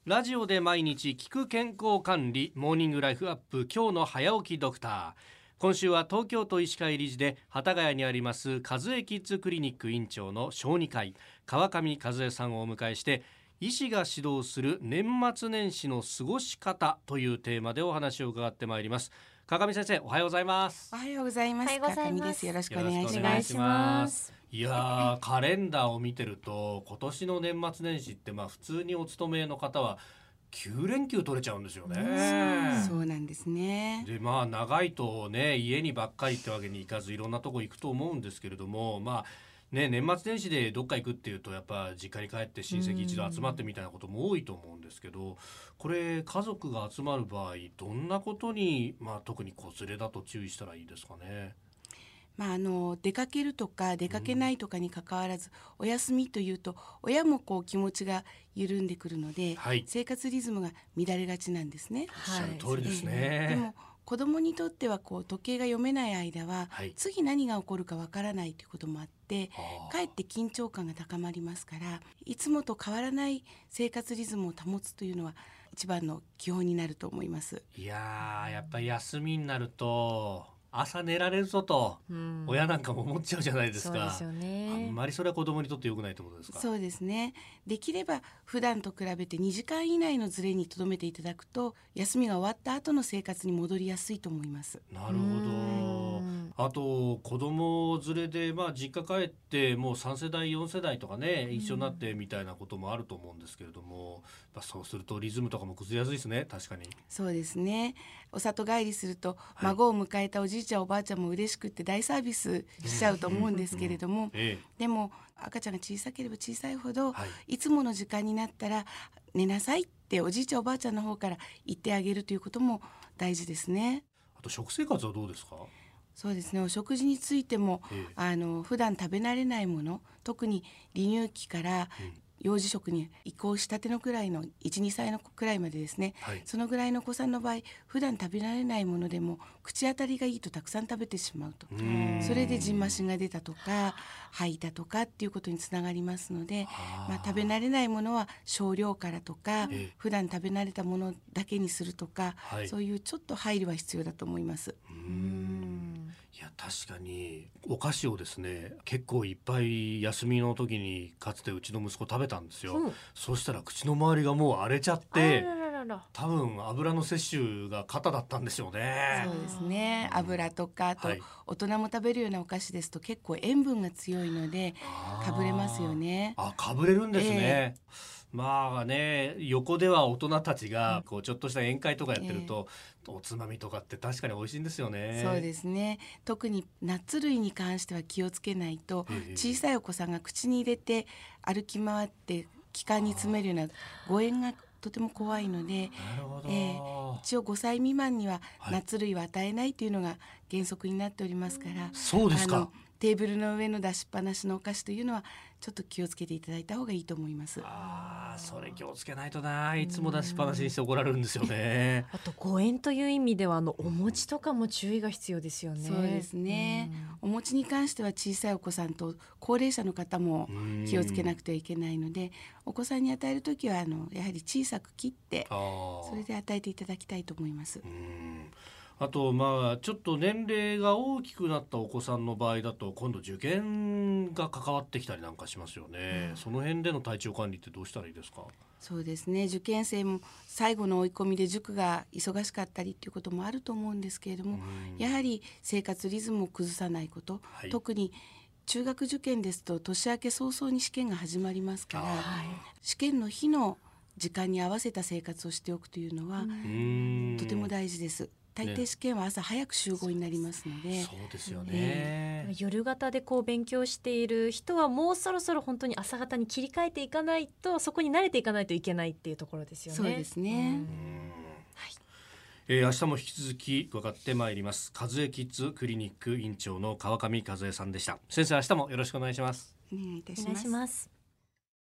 ラジオで毎日聞く健康管理、モーニングライフアップ、今日の早起きドクター。今週は東京都医師会理事で幡ヶ谷にあります和江キッズクリニック院長の小児科医川上和江さんをお迎えして、医師が指導する年末年始の過ごし方というテーマでお話を伺ってまいります。川上先生、おはようございます。 おはようございます。川上です。よろしくお願いします。 いやー、カレンダーを見てると今年の年末年始って普通にお勤めの方は9連休取れちゃうんですよね。 そうなんですね。 で長いとね、家にばっかりってわけにいかずいろんなとこ行くと思うんですけれども、年末年始でどっか行くっていうとやっぱ実家に帰って親戚一同集まってみたいなことも多いと思うんですけど、これ家族が集まる場合どんなことに、特に子連れだと注意したらいいですかね。 出かけるとか出かけないとかに関わらず、お休みというと親も気持ちが緩んでくるので、生活リズムが乱れがちなんですね。 おっしゃる通りですね。 でも子どもにとっては時計が読めない間は、次何が起こるかわからないということもあって、かえって緊張感が高まりますから、いつもと変わらない生活リズムを保つというのは一番の基本になると思います。 いやー、やっぱり休みになると朝寝られるぞと、親なんかも思っちゃうじゃないですか。 そうですよね。 あんまりそれは子供にとって良くないってことですか。 そうですね。できれば普段と比べて2時間以内のズレに留めていただくと、休みが終わった後の生活に戻りやすいと思います。 なるほど。あと子供連れで実家帰ってもう3世代4世代とかね、一緒になってみたいなこともあると思うんですけれども、そうするとリズムとかも崩れやすいですね。確かにそうですね。お里帰りすると、孫を迎えたおじいちゃんおばあちゃんも嬉しくって大サービスしちゃうと思うんですけれども、でも赤ちゃんが小さければ小さいほど、いつもの時間になったら寝なさいっておじいちゃんおばあちゃんの方から言ってあげるということも大事ですね。 あと食生活はどうですか。 そうですね。お食事についても、普段食べ慣れないもの、特に離乳期から幼児食に移行したてのくらいの 1,2 歳のくらいまでですね、そのぐらいのお子さんの場合、普段食べられないものでも口当たりがいいとたくさん食べてしまうと、それでじんましが出たとか吐いたとかっていうことにつながりますので、食べ慣れないものは少量からとか、普段食べ慣れたものだけにするとか、そういうちょっと配慮は必要だと思います。 いや、確かにお菓子をですね、結構いっぱい休みの時にかつてうちの息子食べたんですよ。そうしたら口の周りがもう荒れちゃって、多分油の摂取が過多だったんですよね。 そうですね。油とか、あと大人も食べるようなお菓子ですと結構塩分が強いのでかぶれますよね。 かぶれるんですね。横では大人たちがちょっとした宴会とかやってると、おつまみとかって確かに美味しいんですよね。 そうですね。特にナッツ類に関しては気をつけないと、小さいお子さんが口に入れて歩き回って気管に詰めるような誤嚥がとても怖いので、一応5歳未満にはナッツ類は与えないというのが原則になっておりますから、 そうですか。 テーブルの上の出しっぱなしのお菓子というのはちょっと気をつけていただいた方がいいと思います。 それ気をつけないとな。いつも出しっぱなしにして怒られるんですよね。 あと誤嚥という意味ではお餅とかも注意が必要ですよね。 そうですね。お餅に関しては小さいお子さんと高齢者の方も気をつけなくてはいけないので、お子さんに与えるときはやはり小さく切ってそれで与えていただきたいと思います。 あとちょっと年齢が大きくなったお子さんの場合だと今度受験が関わってきたりなんかしますよね。その辺での体調管理ってどうしたらいいですか。 そうですね。受験生も最後の追い込みで塾が忙しかったりっていうこともあると思うんですけれども、やはり生活リズムを崩さないこと、特に中学受験ですと年明け早々に試験が始まりますから、試験の日の時間に合わせた生活をしておくというのはとても大事です。大抵試験は朝早く集合になりますので。 そうですよね。 夜型で勉強している人はもうそろそろ本当に朝型に切り替えていかないと、そこに慣れていかないといけないっていうところですよね。 そうですね。 明日も引き続き伺ってまいります。和江キッズクリニック院長の川上和江さんでした。先生、明日もよろしくお願いします。 お願いいたします。 お願いします。